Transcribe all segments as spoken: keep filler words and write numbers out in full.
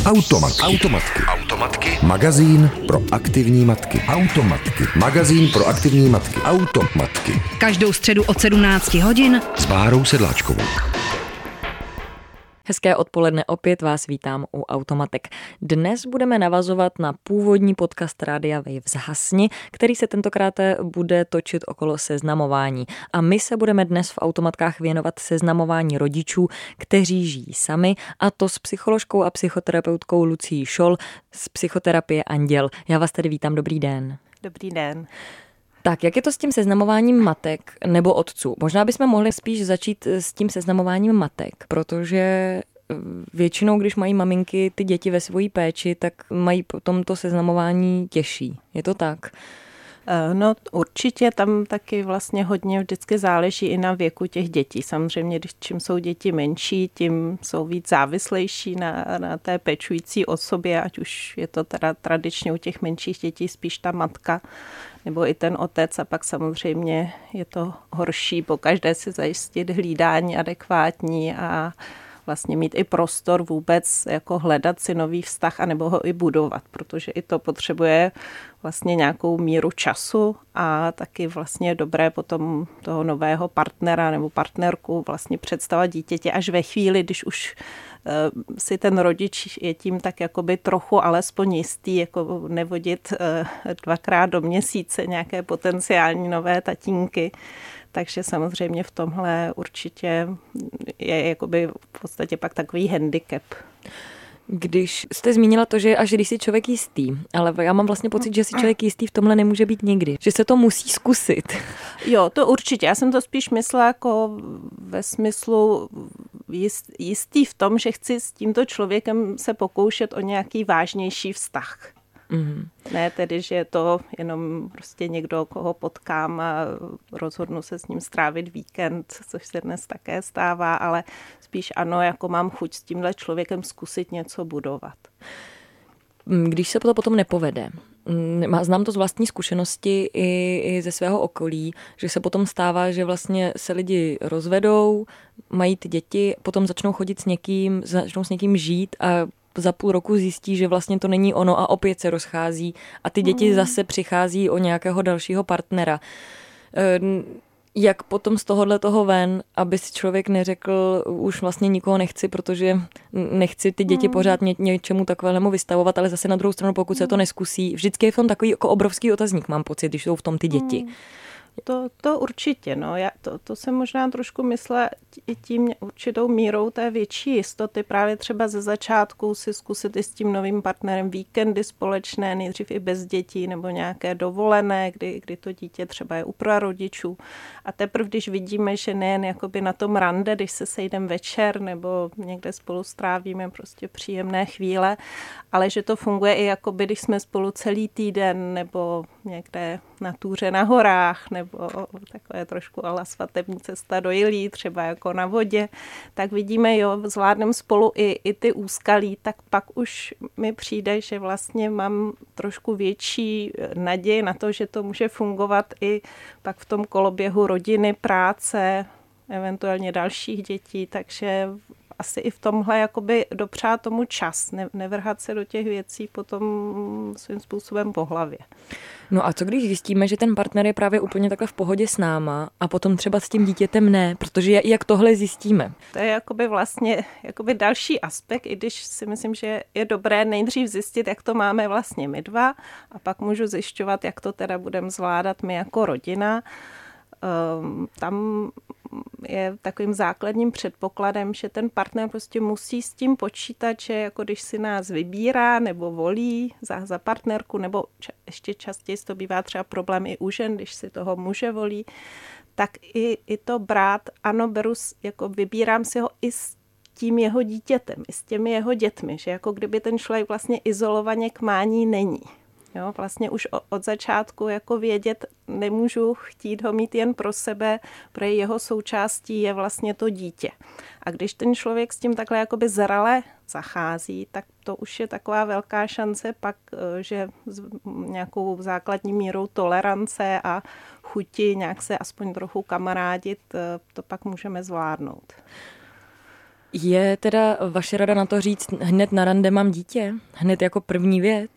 Automatky. Automatky. Automatky. Magazín pro aktivní matky. Automatky. Magazín pro aktivní matky. Automatky. Každou středu od sedmnácti hodin s Bárou Sedláčkovou. Hezké odpoledne, opět vás vítám u Automatek. Dnes budeme navazovat na původní podcast Rádia Wave Zhasni, který se tentokrát bude točit okolo seznamování. A my se budeme dnes v Automatkách věnovat seznamování rodičů, kteří žijí sami, a to s psycholožkou a psychoterapeutkou Lucií Šol z psychoterapie Anděl. Já vás tady vítám, dobrý den. Dobrý den. Tak, jak je to s tím seznamováním matek nebo otců? Možná bychom mohli spíš začít s tím seznamováním matek, protože většinou, když mají maminky ty děti ve svojí péči, tak mají potom to seznamování těžší. Je to tak? No určitě tam taky vlastně hodně vždycky záleží i na věku těch dětí. Samozřejmě, když čím jsou děti menší, tím jsou víc závislejší na, na té pečující osobě, ať už je to teda tradičně u těch menších dětí spíš ta matka nebo i ten otec, a pak samozřejmě je to horší po každé si zajistit hlídání adekvátní a vlastně mít i prostor vůbec jako hledat si nový vztah a nebo ho i budovat, protože i to potřebuje vlastně nějakou míru času a taky vlastně je dobré potom toho nového partnera nebo partnerku vlastně představovat dítěti až ve chvíli, když už uh, si ten rodič je tím tak jakoby trochu alespoň jistý, jako nevodit uh, dvakrát do měsíce nějaké potenciální nové tatínky. Takže samozřejmě v tomhle určitě je jakoby v podstatě pak takový handicap. Když jste zmínila to, že až když si člověk jistý, ale já mám vlastně pocit, že si člověk jistý v tomhle nemůže být nikdy, že se to musí zkusit. Jo, to určitě. Já jsem to spíš myslela jako ve smyslu jist, jistý v tom, že chci s tímto člověkem se pokoušet o nějaký vážnější vztah. Mm. Ne tedy, že je to jenom prostě někdo, koho potkám a rozhodnu se s ním strávit víkend, což se dnes také stává, ale spíš ano, jako mám chuť s tímhle člověkem zkusit něco budovat. Když se to potom nepovede, znám to z vlastní zkušenosti i, i ze svého okolí, že se potom stává, že vlastně se lidi rozvedou, mají ty děti, potom začnou chodit s někým, začnou s někým žít a za půl roku zjistí, že vlastně to není ono a opět se rozchází a ty děti zase přichází o nějakého dalšího partnera. Jak potom z tohohle toho ven, aby si člověk neřekl, už vlastně nikoho nechci, protože nechci ty děti pořád ně, něčemu takovému vystavovat, ale zase na druhou stranu, pokud se to neskusí, vždycky je v tom takový jako obrovský otazník, mám pocit, když jsou v tom ty děti. To, to určitě, no. Já, to, to jsem možná trošku myslela i tím určitou mírou té větší jistoty, právě třeba ze začátku si zkusit i s tím novým partnerem víkendy společné, nejdřív i bez dětí, nebo nějaké dovolené, kdy, kdy to dítě třeba je u prarodičů. A teprve, když vidíme, že nejen jakoby na tom rande, když se sejdeme večer, nebo někde spolu strávíme prostě příjemné chvíle, ale že to funguje i jakoby, když jsme spolu celý týden, nebo někde na túře na horách, nebo takové trošku ala svatební cesta do Jilí, třeba jako na vodě, tak vidíme, jo, zvládneme spolu i, i ty úskalí, tak pak už mi přijde, že vlastně mám trošku větší naději na to, že to může fungovat i pak v tom koloběhu rodiny, práce, eventuálně dalších dětí, takže asi i v tomhle jakoby dopřát tomu čas, ne, nevrhat se do těch věcí potom svým způsobem po hlavě. No a co když zjistíme, že ten partner je právě úplně takhle v pohodě s náma a potom třeba s tím dítětem ne, protože jak tohle zjistíme? To je jakoby vlastně jakoby další aspekt, i když si myslím, že je dobré nejdřív zjistit, jak to máme vlastně my dva a pak můžu zjišťovat, jak to teda budeme zvládat my jako rodina. Um, tam je takovým základním předpokladem, že ten partner prostě musí s tím počítat, že jako když si nás vybírá nebo volí za, za partnerku, nebo ča, ještě častěji to bývá třeba problém i u žen, když si toho muže volí, tak i, i to brát, ano, beru, jako vybírám si ho i s tím jeho dítětem, i s těmi jeho dětmi, že jako kdyby ten člověk vlastně izolovaně k mání není. Jo, vlastně už od začátku jako vědět, nemůžu chtít ho mít jen pro sebe, protože jeho součástí je vlastně to dítě. A když ten člověk s tím takhle jakoby zrale zachází, tak to už je taková velká šance pak, že s nějakou základní mírou tolerance a chuti nějak se aspoň trochu kamarádit, to pak můžeme zvládnout. Je teda vaše rada na to říct hned na rande mám dítě? Hned jako první věc?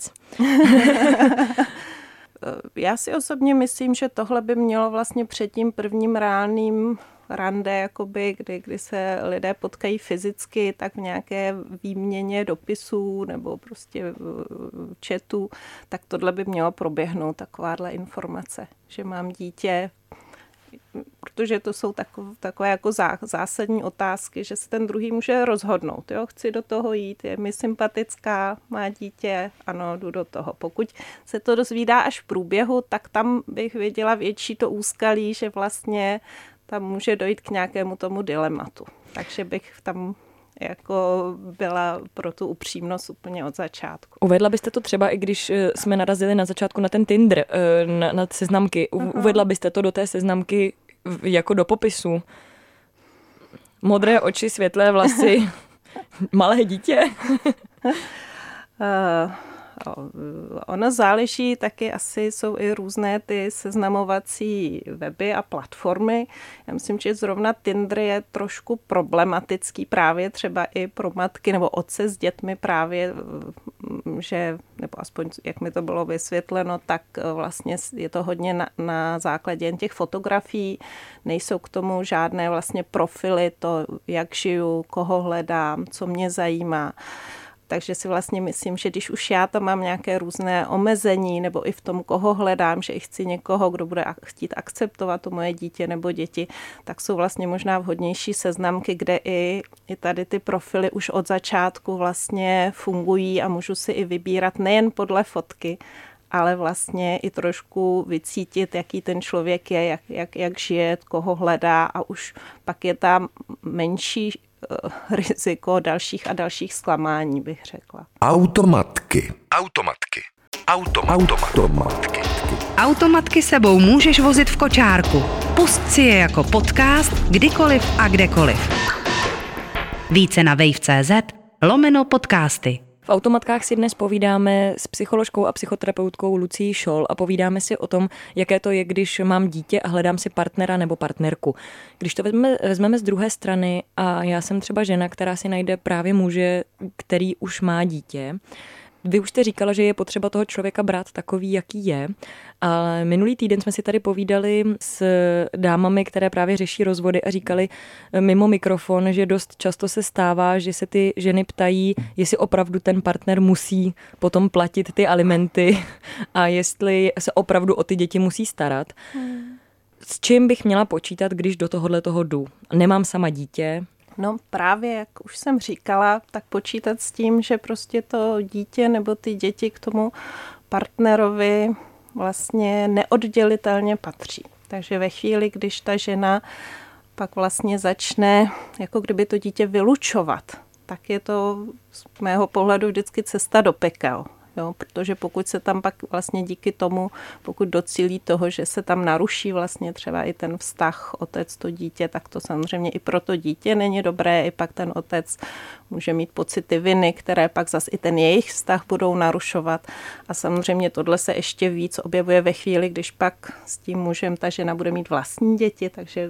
Já si osobně myslím, že tohle by mělo vlastně před tím prvním reálným rande, jakoby, kdy, kdy se lidé potkají fyzicky, tak v nějaké výměně dopisů nebo prostě v chatu, tak tohle by mělo proběhnout, takováhle informace, že mám dítě, protože to jsou takové, takové jako zásadní otázky, že se ten druhý může rozhodnout. Jo? Chci do toho jít, je mi sympatická, má dítě, ano, jdu do toho. Pokud se to dozvídá až v průběhu, tak tam bych viděla větší to úskalí, že vlastně tam může dojít k nějakému tomu dilematu. Takže bych tam jako byla pro tu upřímnost úplně od začátku. Uvedla byste to třeba, i když jsme narazili na začátku na ten Tinder, na, na seznamky, uh-huh. Uvedla byste to do té seznamky jako do popisu? Modré oči, světlé vlasy, malé dítě? uh... Ono záleží, taky asi jsou i různé ty seznamovací weby a platformy. Já myslím, že zrovna Tinder je trošku problematický právě třeba i pro matky nebo otce s dětmi právě, že, nebo aspoň jak mi to bylo vysvětleno, tak vlastně je to hodně na, na základě jen těch fotografií. Nejsou k tomu žádné vlastně profily, to jak žiju, koho hledám, co mě zajímá. Takže si vlastně myslím, že když už já tam mám nějaké různé omezení nebo i v tom, koho hledám, že i chci někoho, kdo bude chtít akceptovat to moje dítě nebo děti, tak jsou vlastně možná vhodnější seznamky, kde i, i tady ty profily už od začátku vlastně fungují a můžu si i vybírat nejen podle fotky, ale vlastně i trošku vycítit, jaký ten člověk je, jak, jak, jak žije, koho hledá a už pak je tam menší riziko dalších a dalších zklamání, bych řekla. Automatky. Automatky. Automatky. Automatky. Automatky sebou můžeš vozit v kočárku. Pust si je jako podcast kdykoliv a kdekoliv. Více na wave tečka cé zet lomeno podcasty. V Automatkách si dnes povídáme s psycholožkou a psychoterapeutkou Lucií Šol a povídáme si o tom, jaké to je, když mám dítě a hledám si partnera nebo partnerku. Když to vezmeme, vezmeme z druhé strany a já jsem třeba žena, která si najde právě muže, který už má dítě. Vy už jste říkala, že je potřeba toho člověka brát takový, jaký je. Ale minulý týden jsme si tady povídali s dámami, které právě řeší rozvody a říkali mimo mikrofon, že dost často se stává, že se ty ženy ptají, jestli opravdu ten partner musí potom platit ty alimenty a jestli se opravdu o ty děti musí starat. Hmm. S čím bych měla počítat, když do tohohle toho jdu? Nemám sama dítě. No právě, jak už jsem říkala, tak počítat s tím, že prostě to dítě nebo ty děti k tomu partnerovi vlastně neoddělitelně patří. Takže ve chvíli, když ta žena pak vlastně začne jako kdyby to dítě vylučovat, tak je to z mého pohledu vždycky cesta do pekel. Jo, protože pokud se tam pak vlastně díky tomu, pokud docílí toho, že se tam naruší vlastně třeba i ten vztah otec to dítě, tak to samozřejmě i pro to dítě není dobré, i pak ten otec může mít pocity viny, které pak zas i ten jejich vztah budou narušovat a samozřejmě tohle se ještě víc objevuje ve chvíli, když pak s tím mužem ta žena bude mít vlastní děti, takže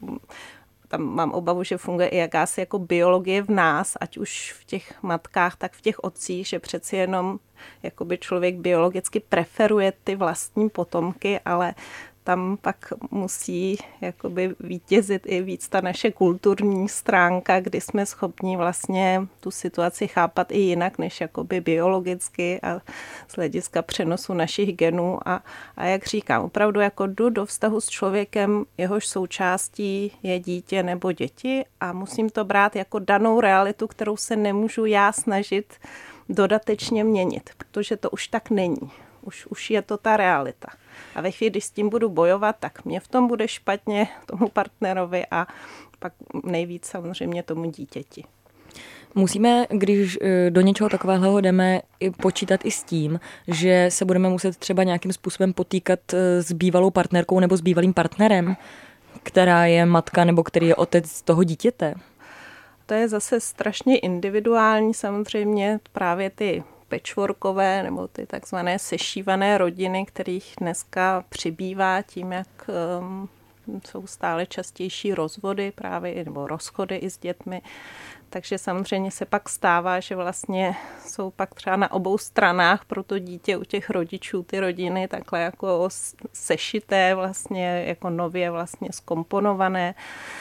tam mám obavu, že funguje i jakási jako biologie v nás, ať už v těch matkách, tak v těch otcích, že přeci jenom jakoby člověk biologicky preferuje ty vlastní potomky, ale tam pak musí jakoby vítězit i víc ta naše kulturní stránka, kdy jsme schopni vlastně tu situaci chápat i jinak, než jakoby biologicky a z hlediska přenosu našich genů. A, a jak říkám, opravdu jako jdu do vztahu s člověkem, jehož součástí je dítě nebo děti a musím to brát jako danou realitu, kterou se nemůžu já snažit dodatečně měnit, protože to už tak není. Už, už je to ta realita. A ve chvíli, když s tím budu bojovat, tak mě v tom bude špatně, tomu partnerovi a pak nejvíc samozřejmě tomu dítěti. Musíme, když do něčeho takového jdeme, počítat i s tím, že se budeme muset třeba nějakým způsobem potýkat s bývalou partnerkou nebo s bývalým partnerem, která je matka nebo který je otec toho dítěte. To je zase strašně individuální, samozřejmě právě ty patchworkové nebo ty takzvané sešívané rodiny, kterých dneska přibývá tím, jak um, jsou stále častější rozvody právě, nebo rozchody i s dětmi. Takže samozřejmě se pak stává, že vlastně jsou pak třeba na obou stranách pro to dítě u těch rodičů ty rodiny takhle jako sešité, vlastně jako nově vlastně zkomponované.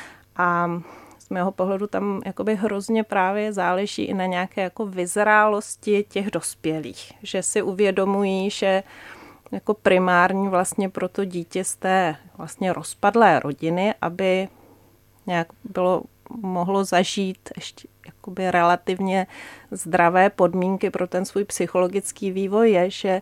A z mého pohledu tam jakoby hrozně právě záleží i na nějaké jako vyzrálosti těch dospělých, že si uvědomují, že jako primární vlastně pro to dítě z té vlastně rozpadlé rodiny, aby nějak bylo mohlo zažít ještě jakoby relativně zdravé podmínky pro ten svůj psychologický vývoj, je, že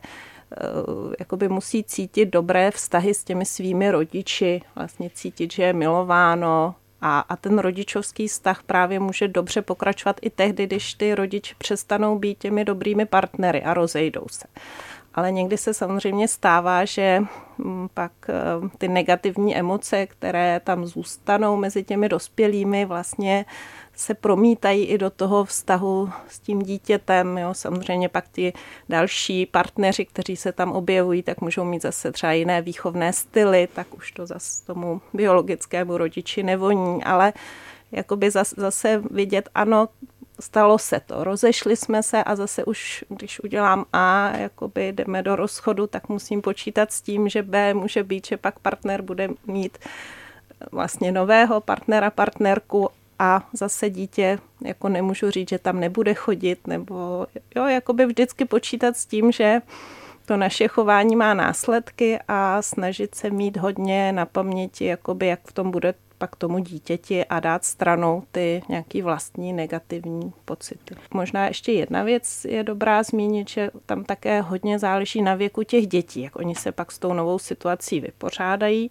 jakoby musí cítit dobré vztahy s těmi svými rodiči, vlastně cítit, že je milováno a, a ten rodičovský vztah právě může dobře pokračovat i tehdy, když ty rodiče přestanou být těmi dobrými partnery a rozejdou se. Ale někdy se samozřejmě stává, že pak ty negativní emoce, které tam zůstanou mezi těmi dospělými, vlastně se promítají i do toho vztahu s tím dítětem. Jo. Samozřejmě pak ty další partneři, kteří se tam objevují, tak můžou mít zase třeba jiné výchovné styly, tak už to zase tomu biologickému rodiči nevoní, ale jakoby zase vidět, ano, stalo se to, rozešli jsme se a zase už, když udělám A, jakoby jdeme do rozchodu, tak musím počítat s tím, že B může být, že pak partner bude mít vlastně nového partnera, partnerku a zase dítě, jako nemůžu říct, že tam nebude chodit, nebo jo, jakoby vždycky počítat s tím, že to naše chování má následky a snažit se mít hodně na paměti, jakoby jak v tom bude pak tomu dítěti a dát stranou ty nějaký vlastní negativní pocity. Možná ještě jedna věc je dobrá zmínit, že tam také hodně záleží na věku těch dětí, jak oni se pak s tou novou situací vypořádají.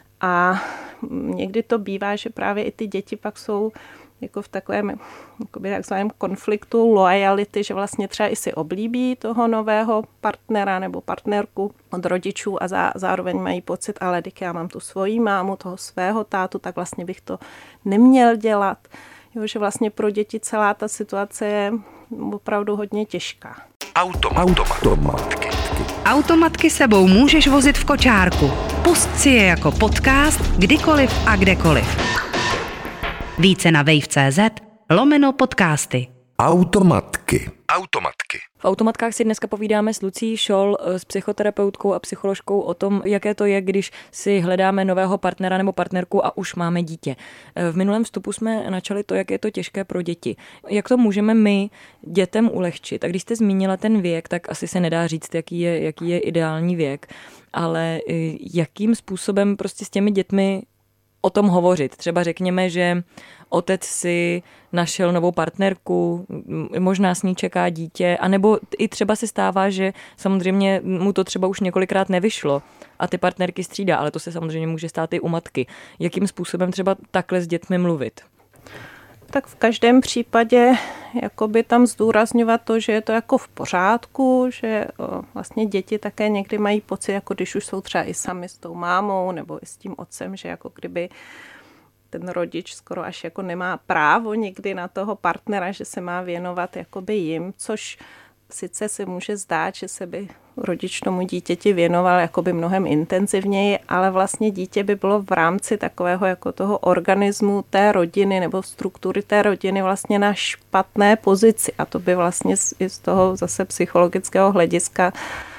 A někdy to bývá, že právě i ty děti pak jsou jako v takovém jakoby takzvaném konfliktu loajality, že vlastně třeba i si oblíbí toho nového partnera nebo partnerku od rodičů a zá, zároveň mají pocit, ale když já mám tu svoji mámu, toho svého tátu, tak vlastně bych to neměl dělat. Jo, že vlastně pro děti celá ta situace je opravdu hodně těžká. Automatky. Automatky sebou můžeš vozit v kočárku. Pust si je jako podcast kdykoliv a kdekoliv. Více na wave tečka cé zet lomeno podcasty. Automatky. Automatky. V automatkách si dneska povídáme s Lucí Šol, s psychoterapeutkou a psycholožkou o tom, jaké to je, když si hledáme nového partnera nebo partnerku a už máme dítě. V minulém vstupu jsme načali to, jak je to těžké pro děti. Jak to můžeme my dětem ulehčit? A když jste zmínila ten věk, tak asi se nedá říct, jaký je, jaký je ideální věk, ale jakým způsobem prostě s těmi dětmi o tom hovořit. Třeba řekněme, že otec si našel novou partnerku, možná s ní čeká dítě, anebo i třeba se stává, že samozřejmě mu to třeba už několikrát nevyšlo a ty partnerky střídá, ale to se samozřejmě může stát i u matky. Jakým způsobem třeba takhle s dětmi mluvit? Tak v každém případě jakoby tam zdůrazňovat to, že je to jako v pořádku, že o, vlastně děti také někdy mají pocit, jako když už jsou třeba i sami s tou mámou nebo i s tím otcem, že jako kdyby ten rodič skoro až jako nemá právo někdy na toho partnera, že se má věnovat jakoby jim, což sice se může zdát, že se by rodič tomu dítěti věnoval jakoby mnohem intenzivněji, ale vlastně dítě by bylo v rámci takového jako toho organismu té rodiny nebo struktury té rodiny vlastně na špatné pozici a to by vlastně i z toho zase psychologického hlediska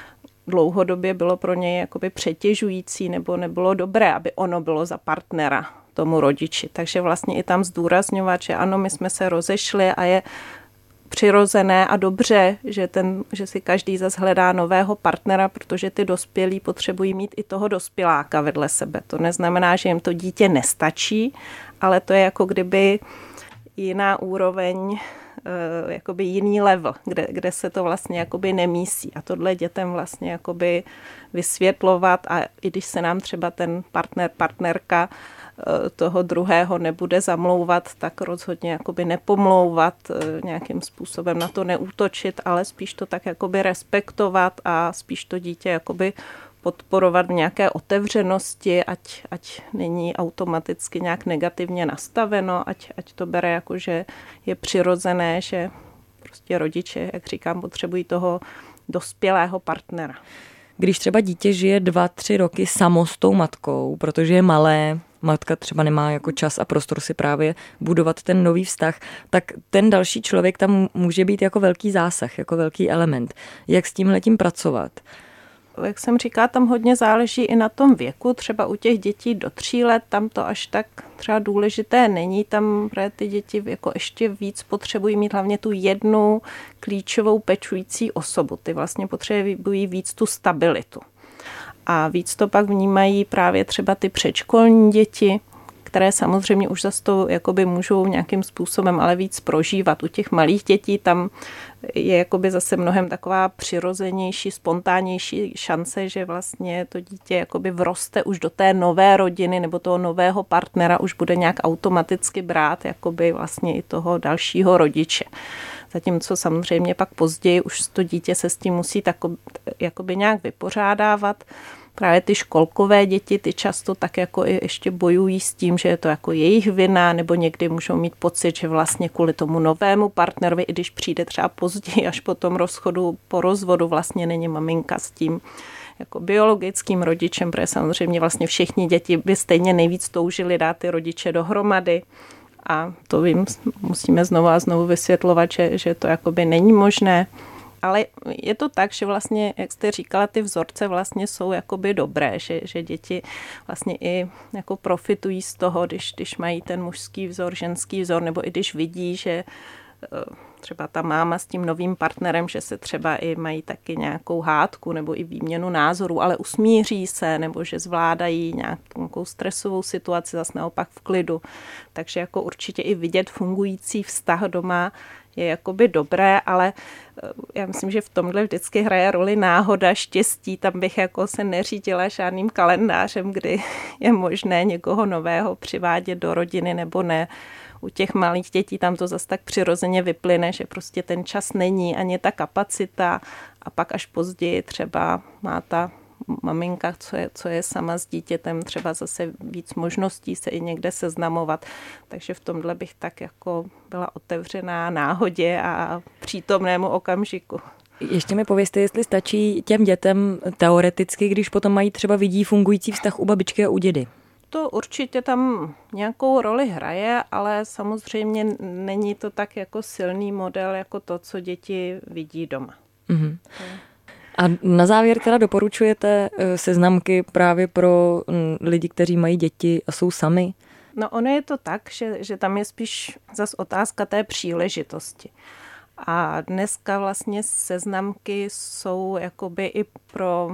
dlouhodobě bylo pro něj jakoby přetěžující nebo nebylo dobré, aby ono bylo za partnera tomu rodiči. Takže vlastně i tam zdůrazňovat, že ano, my jsme se rozešli a je přirozené a dobře, že, ten, že si každý zase hledá nového partnera, protože ty dospělí potřebují mít i toho dospěláka vedle sebe. To neznamená, že jim to dítě nestačí, ale to je jako kdyby jiná úroveň, jakoby jiný level, kde, kde se to vlastně jakoby nemísí. A tohle dětem vlastně jakoby vysvětlovat a i když se nám třeba ten partner, partnerka toho druhého nebude zamlouvat, tak rozhodně jakoby nepomlouvat, nějakým způsobem na to neútočit, ale spíš to tak jakoby respektovat a spíš to dítě jakoby podporovat v nějaké otevřenosti, ať, ať není automaticky nějak negativně nastaveno, ať, ať to bere jako, že je přirozené, že prostě rodiče, jak říkám, potřebují toho dospělého partnera. když třeba dítě žije dva, tři roky samo s tou matkou, protože je malé, matka třeba nemá jako čas a prostor si právě budovat ten nový vztah, tak ten další člověk tam může být jako velký zásah, jako velký element. Jak s tímhletím pracovat? Jak jsem říkala, tam hodně záleží i na tom věku, třeba u těch dětí do tří let, tam to až tak třeba důležité není, tam právě ty děti jako ještě víc potřebují mít hlavně tu jednu klíčovou pečující osobu, ty vlastně potřebují víc tu stabilitu. A víc to pak vnímají právě třeba ty předškolní děti, které samozřejmě už zase to jakoby můžou nějakým způsobem ale víc prožívat. U těch malých dětí tam je jakoby zase mnohem taková přirozenější, spontánnější šance, že vlastně to dítě jakoby vroste už do té nové rodiny nebo toho nového partnera, už bude nějak automaticky brát jakoby vlastně i toho dalšího rodiče. Zatímco samozřejmě pak později už to dítě se s tím musí tako, jakoby nějak vypořádávat. Právě ty školkové děti, ty často tak jako i ještě bojují s tím, že je to jako jejich vina, nebo někdy můžou mít pocit, že vlastně kvůli tomu novému partnerovi, i když přijde třeba později, až po tom rozchodu, po rozvodu, vlastně není maminka s tím jako biologickým rodičem, protože samozřejmě vlastně všichni děti by stejně nejvíc toužili dát ty rodiče dohromady. A to vím, musíme znovu a znovu vysvětlovat, že, že to jakoby není možné. Ale je to tak, že vlastně, jak jste říkala, ty vzorce vlastně jsou jakoby dobré, že, že děti vlastně i jako profitují z toho, když, když mají ten mužský vzor, ženský vzor, nebo i když vidí, že třeba ta máma s tím novým partnerem, že se třeba i mají taky nějakou hádku nebo i výměnu názorů, ale usmíří se, nebo že zvládají nějakou stresovou situaci, zase naopak v klidu. Takže jako určitě i vidět fungující vztah doma je jakoby dobré, ale já myslím, že v tomhle vždycky hraje roli náhoda, štěstí, tam bych jako se neřídila žádným kalendářem, kdy je možné někoho nového přivádět do rodiny nebo ne. U těch malých dětí tam to zase tak přirozeně vyplyne, že prostě ten čas není ani ta kapacita a pak až později třeba má ta maminka, co je, co je sama s dítětem, třeba zase víc možností se i někde seznamovat. Takže v tomhle bych tak jako byla otevřená náhodě a přítomnému okamžiku. Ještě mi povězte, jestli stačí těm dětem teoreticky, když potom mají třeba vidí fungující vztah u babičky a u dědy. To určitě tam nějakou roli hraje, ale samozřejmě není to tak jako silný model, jako to, co děti vidí doma. Mm-hmm. A na závěr teda doporučujete seznamky právě pro lidi, kteří mají děti a jsou sami? No ono je to tak, že, že tam je spíš zas otázka té příležitosti. A dneska vlastně seznamky jsou jakoby i pro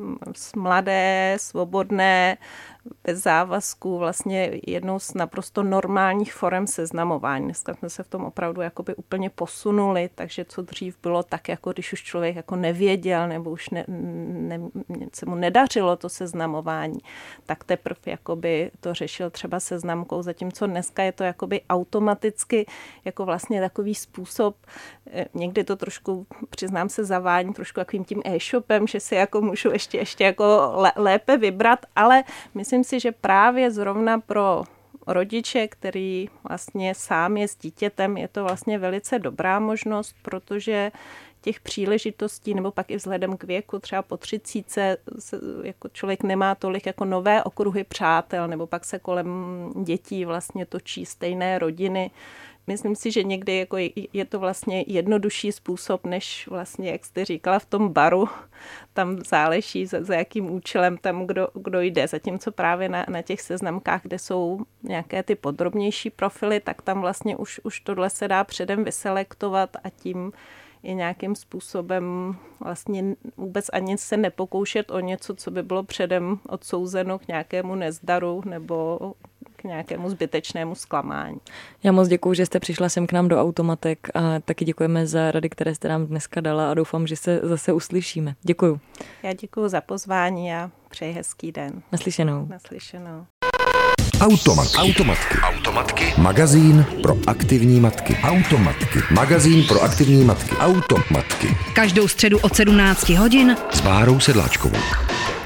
mladé, svobodné, bez závazků, vlastně jednou z naprosto normálních forem seznamování. Dneska jsme se v tom opravdu jakoby úplně posunuli, takže co dřív bylo tak, jako když už člověk jako nevěděl nebo už ne, ne, se mu nedařilo to seznamování, tak teprve jakoby to řešil třeba seznamkou, zatímco dneska je to jakoby automaticky jako vlastně takový způsob, někdy to trošku, přiznám se, zavání trošku takovým tím e-shopem, že si jako můžu ještě, ještě jako lépe vybrat, ale myslím si, že právě zrovna pro rodiče, který vlastně sám je s dítětem, je to vlastně velice dobrá možnost, protože těch příležitostí, nebo pak i vzhledem k věku, třeba po třicítce, jako člověk nemá tolik jako nové okruhy přátel, nebo pak se kolem dětí vlastně točí stejné rodiny. Myslím si, že někdy jako je to vlastně jednodušší způsob, než vlastně, jak jste říkala, v tom baru. Tam záleží, za, za jakým účelem tam kdo, kdo jde. Zatímco právě na, na těch seznamkách, kde jsou nějaké ty podrobnější profily, tak tam vlastně už, už tohle se dá předem vyselektovat a tím i nějakým způsobem vlastně vůbec ani se nepokoušet o něco, co by bylo předem odsouzeno k nějakému nezdaru nebo k nějakému zbytečnému zklamání. Já moc děkuju, že jste přišla sem k nám do Automatek a taky děkujeme za rady, které jste nám dneska dala a doufám, že se zase uslyšíme. Děkuju. Já děkuju za pozvání a přeji hezký den. Naslyšenou. Naslyšenou. Automatky. Automatky. Automatky. Magazín pro aktivní matky. Automatky. Magazín pro aktivní matky. Automatky. Každou středu od sedmnáct hodin s Bárou Sedláčkovou.